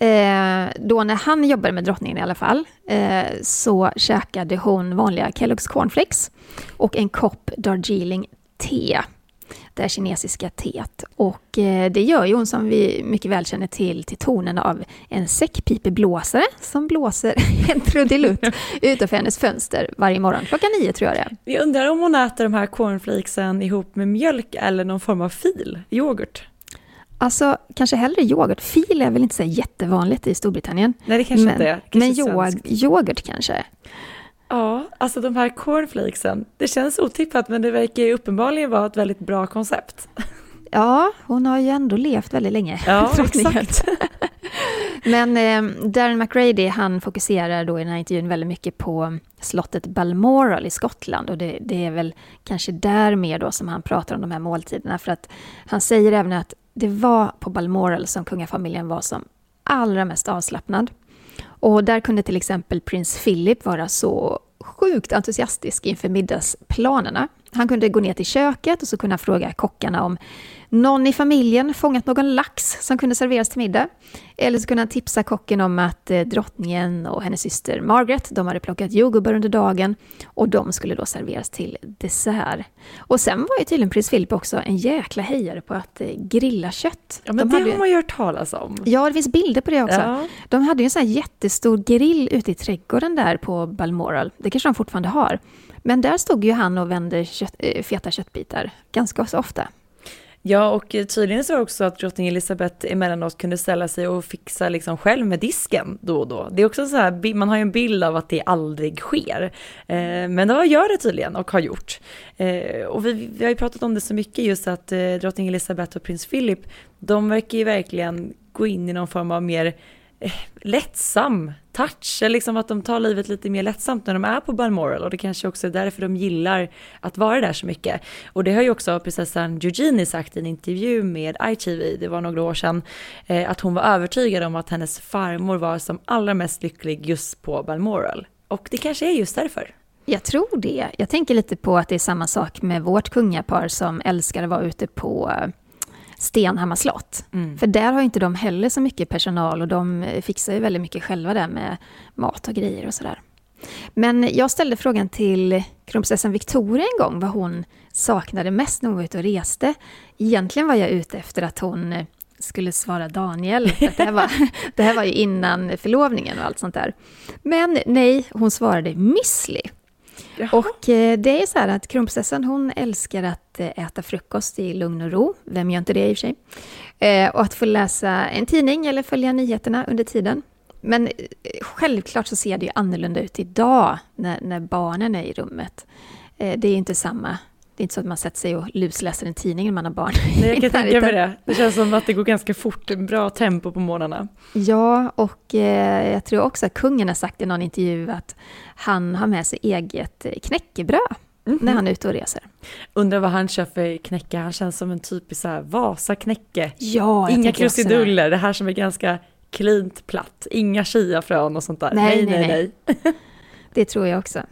Då när han jobbade med drottningen i alla fall så käkade hon vanliga Kellogg's cornflakes och en kopp Darjeeling te. det här kinesiska teet. Och det gör ju hon, som vi mycket väl känner till tonen av en säckpipeblåsare som blåser en trudelutt utanför hennes fönster varje morgon. 9:00 tror jag det är. Vi undrar om hon äter de här cornflakesen ihop med mjölk eller någon form av fil, yoghurt. Alltså, kanske hellre yoghurt. Fil är väl inte så jättevanligt i Storbritannien. Nej, det kanske inte är. Men yoghurt kanske. Ja, alltså de här cornflakesen, det känns otippat, men det verkar ju uppenbarligen vara ett väldigt bra koncept. Ja, hon har ju ändå levt väldigt länge. Ja, exakt. Men Darren McGrady, han fokuserar då i den här intervjun väldigt mycket på slottet Balmoral i Skottland. Och det är väl kanske där mer då som han pratar om de här måltiderna. För att han säger även att det var på Balmoral som kungafamiljen var som allra mest avslappnad. Och där kunde till exempel prins Philip vara så sjukt entusiastisk inför middagsplanerna. Han kunde gå ner till köket och så kunde han fråga kockarna om någon i familjen fångat någon lax som kunde serveras till middag. Eller så kunde han tipsa kocken om att drottningen och hennes syster Margaret, de hade plockat jordgubbar under dagen och de skulle då serveras till dessert. Och sen var ju tydligen prins Philip också en jäkla hejare på att grilla kött. Ja, men det har man ju hört talas om. Ja, det finns bilder på det också. Ja. De hade ju en sån här jättestor grill ute i trädgården där på Balmoral. Det kanske de fortfarande har. Men där stod ju han och vände feta köttbitar ganska så ofta. Ja, och tydligen så också att drottning Elizabeth emellanåt kunde ställa sig och fixa liksom själv med disken då och då. Det är också så här, man har ju en bild av att det aldrig sker. Men det gör det tydligen och har gjort. Och vi har ju pratat om det så mycket, just att drottning Elizabeth och prins Philip, de verkar ju verkligen gå in i någon form av mer lättsam touch, liksom att de tar livet lite mer lättsamt när de är på Balmoral, och det kanske också är därför de gillar att vara där så mycket. Och det har ju också prinsessan Eugenie sagt i en intervju med ITV, det var några år sedan, att hon var övertygad om att hennes farmor var som allra mest lycklig just på Balmoral. Och det kanske är just därför. Jag tror det. Jag tänker lite på att det är samma sak med vårt kungapar som älskar att vara ute på Stenhammar slott. För där har inte de heller så mycket personal och de fixar ju väldigt mycket själva där med mat och grejer och sådär. Men jag ställde frågan till kronprinsessan Victoria en gång vad hon saknade mest när hon var ute och reste. Egentligen var jag ute efter att hon skulle svara Daniel. För att det här var ju innan förlovningen och allt sånt där. Men nej, hon svarade Missly. Jaha. Och det är så här att kronprinsessan, hon älskar att äta frukost i lugn och ro. Vem gör inte det i och för sig? Och att få läsa en tidning eller följa nyheterna under tiden. Men självklart så ser det ju annorlunda ut idag när barnen är i rummet. Det är inte samma. Det är inte så att man sätter sig och lusläser en tidning när man har barn. Nej, jag kan tänka mig det. Det känns som att det går ganska fort, bra tempo på morgnarna. Ja, och jag tror också att kungen har sagt i någon intervju att han har med sig eget knäckebröd när han är ute och reser. Undrar vad han kör för knäcke. Han känns som en typisk så här Vasa-knäcke. Ja, inga krusiduller, det här som är ganska klint platt. Inga chiafrön och sånt där. Nej. Det tror jag också.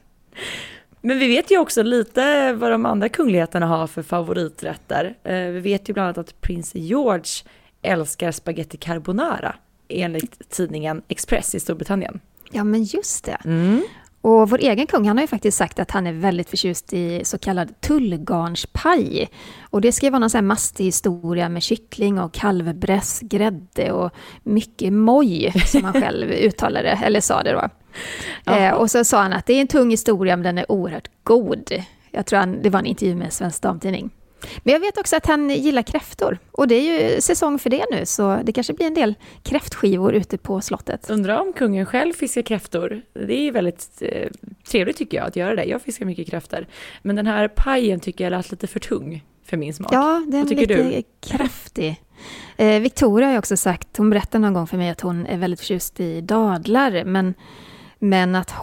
Men vi vet ju också lite vad de andra kungligheterna har för favoriträtter. Vi vet ju bland annat att prins George älskar spaghetti carbonara enligt tidningen Express i Storbritannien. Ja, men just det. Och vår egen kung, han har ju faktiskt sagt att han är väldigt förtjust i så kallad tullgarnspaj. Och det ska ju vara någon sån här mastig historia med kyckling och kalvbräss, grädde och mycket moj som han själv uttalade, eller sa det då. Och så sa han att det är en tung historia men den är oerhört god. Jag tror det var en intervju med Svensk Damtidning. Men jag vet också att han gillar kräftor. Och det är ju säsong för det nu, så det kanske blir en del kräftskivor ute på slottet. Undrar om kungen själv fiskar kräftor. Det är ju väldigt trevligt tycker jag att göra det. Jag fiskar mycket kräftor. Men den här pajen tycker jag lät lite för tung för min smak. Ja, den är lite kraftig. Victoria har ju också sagt, hon berättade någon gång för mig att hon är väldigt förtjust i dadlar. Men att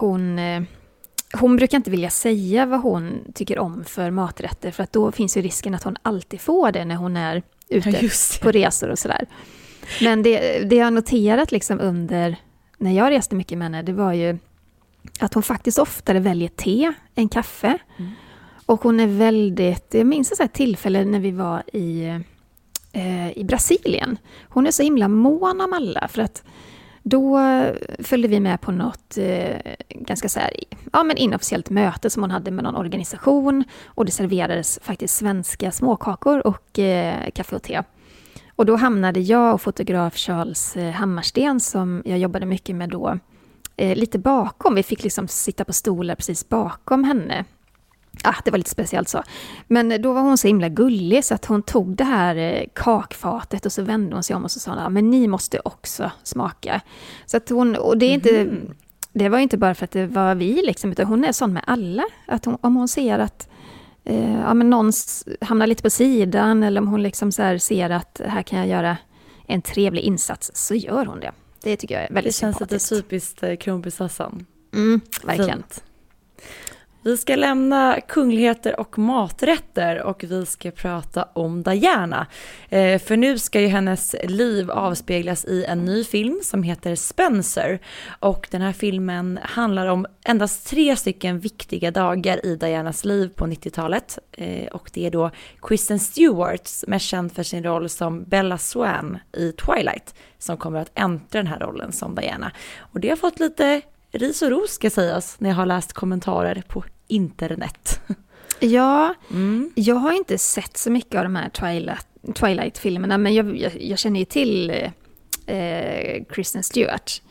hon brukar inte vilja säga vad hon tycker om för maträtter, för att då finns ju risken att hon alltid får det när hon är ute på resor och sådär. Men det jag har noterat liksom under när jag reste mycket med henne, det var ju att hon faktiskt oftare väljer te än kaffe. Och hon är väldigt, jag minns ett tillfälle när vi var i Brasilien. Hon är så himla mån om alla, för att Då följde vi med på något ganska så här, men inofficiellt möte som hon hade med någon organisation. Och det serverades faktiskt svenska småkakor och kaffe och te. Och då hamnade jag och fotograf Charles Hammarsten, som jag jobbade mycket med då, lite bakom. Vi fick liksom sitta på stolar precis bakom henne. Det var lite speciellt så. Men då var hon så himla gullig så att hon tog det här kakfatet och så vände hon sig om och så sa hon, men ni måste också smaka. Så att hon, och det är inte, det var ju inte bara för att det var vi liksom, utan hon är sån med alla. Att om hon ser att men någon hamnar lite på sidan, eller om hon liksom så här ser att här kan jag göra en trevlig insats, så gör hon det. Det tycker jag är väldigt sympatiskt. Det känns lite typiskt kronprinsessan. Verkligen. Fint. Vi ska lämna kungligheter och maträtter och vi ska prata om Diana. För nu ska ju hennes liv avspeglas i en ny film som heter Spencer. Och den här filmen handlar om endast 3 stycken viktiga dagar i Dianas liv på 90-talet. Och det är då Kristen Stewart, som är känd för sin roll som Bella Swan i Twilight, som kommer att äntra den här rollen som Diana. Och det har fått lite ris och ros ska sägas när jag har läst kommentarer på internet. Ja, jag har inte sett så mycket av de här Twilight-filmerna, men jag känner ju till Kristen Stewart.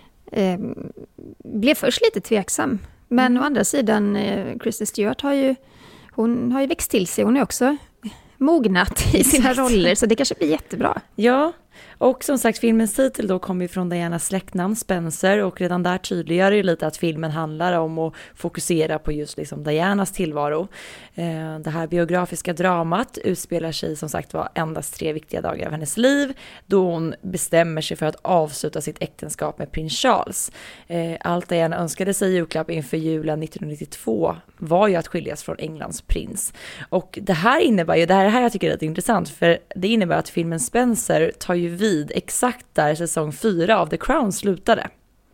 Blev först lite tveksam, men å andra sidan, Kristen Stewart har ju växt till sig. Hon är också mognat i sina roller, så det kanske blir jättebra. Ja, och som sagt, filmens titel då kommer från Dianas släktnamn Spencer, och redan där tydliggör ju lite att filmen handlar om att fokusera på just liksom Dianas tillvaro. Det här biografiska dramat utspelar sig som sagt var endast 3 viktiga dagar av hennes liv, då hon bestämmer sig för att avsluta sitt äktenskap med prins Charles. Allt Diana önskade sig i julklapp inför julen 1992 var ju att skiljas från Englands prins. Och det här innebär ju, det här jag tycker är lite intressant, för det innebär att filmen Spencer tar ju vid exakt där säsong 4 av The Crown slutade.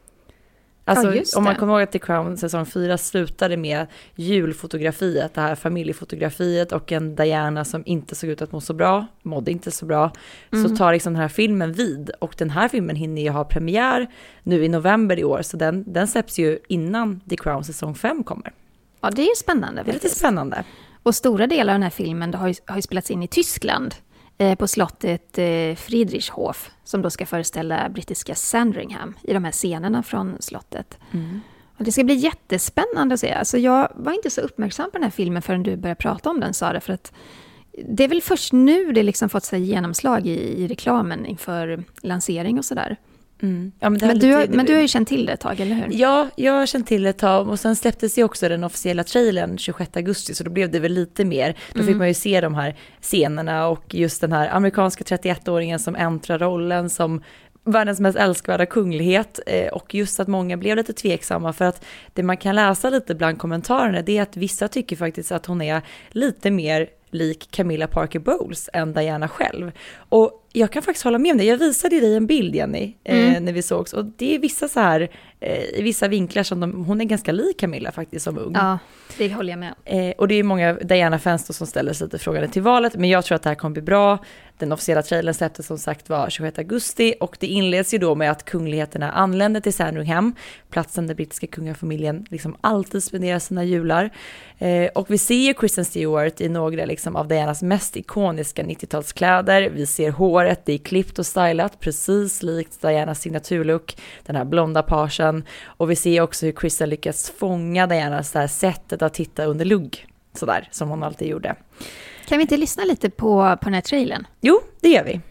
Alltså om man kommer ihåg att The Crown säsong 4 slutade med julfotografiet, det här familjefotografiet och en Diana som inte såg ut att mådde inte så bra, så tar liksom den här filmen vid, och den här filmen hinner ju ha premiär nu i november i år, så den släpps ju innan The Crown säsong 5 kommer. Ja, det är ju spännande. Det är lite spännande. Och stora delar av den här filmen har ju spelats in i Tyskland. På slottet Friedrichshof, som då ska föreställa brittiska Sandringham i de här scenerna från slottet. Och det ska bli jättespännande att se. Alltså jag var inte så uppmärksam på den här filmen förrän du började prata om den, Sara, för att det är väl först nu det liksom fått sig genomslag i reklamen inför lansering och sådär. Ja, men du har ju känt till det ett tag, eller hur? Ja, jag har känt till det ett tag, och sen släpptes ju också den officiella trailern 26 augusti, så då blev det väl lite mer. Då fick man ju se de här scenerna och just den här amerikanska 31-åringen som äntrar rollen som världens mest älskvärda kunglighet, och just att många blev lite tveksamma, för att det man kan läsa lite bland kommentarerna, det är att vissa tycker faktiskt att hon är lite mer lik Camilla Parker Bowles än Diana själv. Och jag kan faktiskt hålla med om det. Jag visade dig en bild, Jenny, när vi sågs. Och det är vissa så här, i vissa vinklar som hon är ganska lik Camilla faktiskt som ung. Ja, det håller jag med. Och det är många Diana-fans som ställer sig lite frågan till valet. Men jag tror att det här kommer bli bra. Den officiella trailern släpptes som sagt var 26 augusti. Och det inleds ju då med att kungligheterna anländer till Sandringham. Platsen där brittiska kungafamiljen liksom alltid spenderar sina jular. Och vi ser ju Kristen Stewart i några liksom av Dianas mest ikoniska 90-talskläder. Vi ser håret, det är klippt och stylat, precis likt Dianas signaturlook, den här blonda parsen. Och vi ser också hur Kristen lyckas fånga Dianas det här sättet att titta under lugg, sådär som hon alltid gjorde. Kan vi inte lyssna lite på den här trailern? Jo, det gör vi.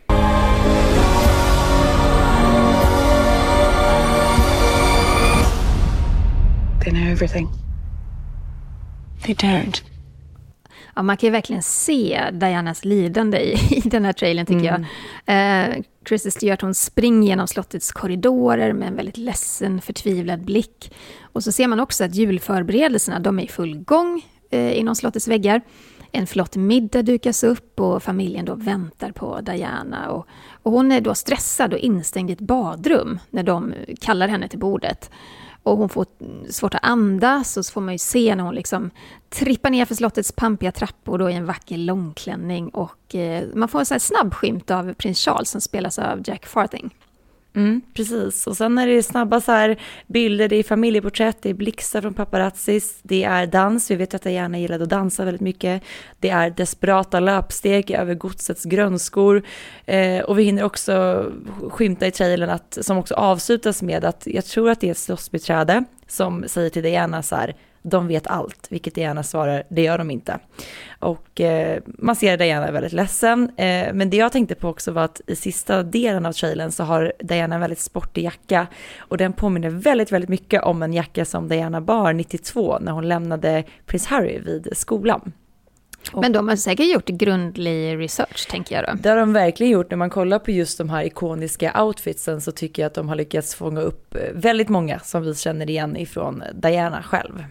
They know everything. They don't. Ja, man kan ju verkligen se Dianas lidande i den här trailern, tycker jag. Kristen Stewart, hon springer genom slottets korridorer med en väldigt ledsen, förtvivlad blick. Och så ser man också att julförberedelserna, de är i full gång inom slottets väggar. En flott middag dukas upp och familjen då väntar på Diana. Och hon är då stressad och instängd i ett badrum när de kallar henne till bordet. Och hon får svårt att andas, och så får man ju se när hon liksom trippar ner för slottets pampiga trappor då i en vacker långklänning. Och man får en sån här snabb skymt av prins Charles som spelas av Jack Farthing. Precis, och sen är det snabba så här bilder, det är familjeporträtt, det är blixtar från paparazzis, det är dans, vi vet att jag gärna gillade att dansa väldigt mycket, det är desperata löpsteg över godsets grönskor, och vi hinner också skymta i trailern att, som också avslutas med att jag tror att det är ett slåssbiträde som säger till Diana så här: de vet allt, vilket Diana svarar, det gör de inte. Och man ser Diana väldigt ledsen. Men det jag tänkte på också var att i sista delen av trailern så har Diana en väldigt sportig jacka. Och den påminner väldigt, väldigt mycket om en jacka som Diana bar 92 när hon lämnade Prins Harry vid skolan. Men de har säkert gjort grundlig research, tänker jag då. Det har de verkligen gjort. När man kollar på just de här ikoniska outfitsen så tycker jag att de har lyckats fånga upp väldigt många som vi känner igen ifrån Diana själv.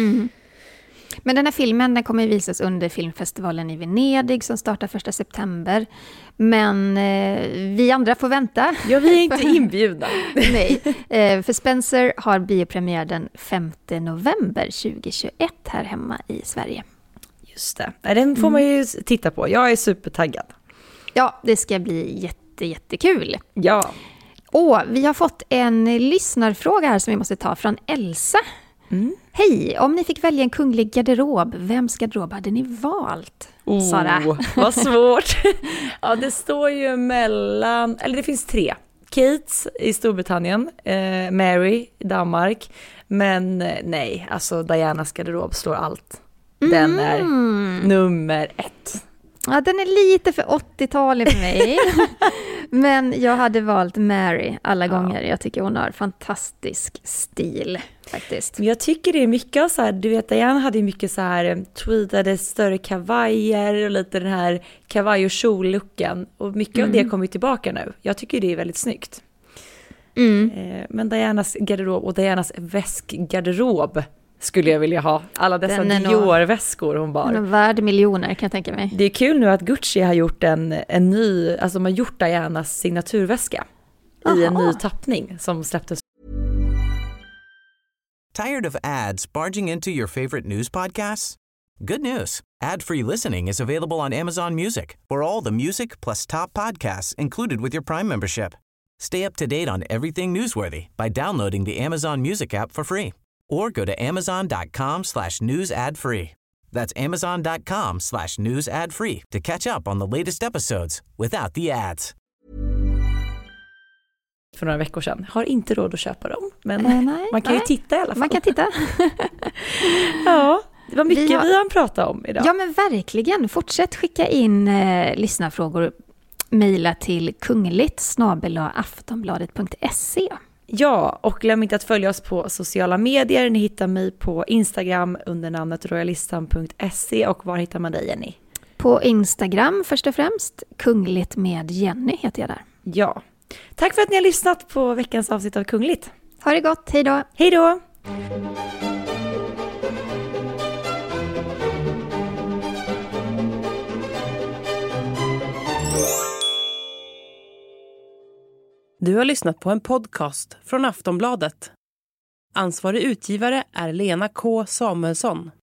Men den här filmen, den kommer visas under filmfestivalen i Venedig som startar 1 september. Men vi andra får vänta. Ja, vi är inte inbjudna. Nej, för Spencer har biopremiär den 5 november 2021 här hemma i Sverige. Just det. Den får man ju titta på. Jag är supertaggad. Ja, det ska bli jättekul. Ja. Vi har fått en lyssnarfråga här som vi måste ta från Elsa. Hej, om ni fick välja en kunglig garderob, vems garderob hade ni valt? Sara. Vad svårt. Ja, det står ju mellan, eller det finns 3. Kate i Storbritannien, Mary i Danmark, men nej, alltså Dianas garderob slår allt. Den är nummer 1. Ja, den är lite för 80-talig för mig. Men jag hade valt Mary alla gånger. Jag tycker hon har fantastisk stil faktiskt. Men jag tycker det är mycket av så här, du vet Diana hade ju mycket så här tweedade större kavajer och lite den här kavaj- och kjol-looken. Och mycket av det kommer tillbaka nu. Jag tycker det är väldigt snyggt. Men Dianas garderob och Dianas väskgarderob skulle jag vilja ha. Alla dessa Dior-väskor hon bar. Den är värd miljoner kan jag tänka mig. Det är kul nu att Gucci har gjort en ny, alltså de har gjort Dianas signaturväska i en ny tappning som släpptes. Tired of ads barging into your favorite news podcasts? Good news. Ad-free listening is available on Amazon Music for all the music plus top podcasts included with your Prime membership. Stay up to date on everything newsworthy by downloading the Amazon Music app for free. Or go to amazon.com/news ad free. That's amazon.com/news ad free to catch up on the latest episodes without the ads. För några veckor sedan. Har inte råd att köpa dem. Men man kan ju titta i alla fall. Man kan titta. Ja, det var mycket vi har pratat om idag. Ja, men verkligen. Fortsätt skicka in lyssnarfrågor. Mejla till kungligt@aftonbladet.se. Ja, och glöm inte att följa oss på sociala medier. Ni hittar mig på Instagram under namnet royalistan.se. Och var hittar man dig, Jenny? På Instagram först och främst. Kungligt med Jenny heter jag där. Ja. Tack för att ni har lyssnat på veckans avsnitt av Kungligt. Ha det gott, hej då! Hej då! Du har lyssnat på en podcast från Aftonbladet. Ansvarig utgivare är Lena K. Samuelsson.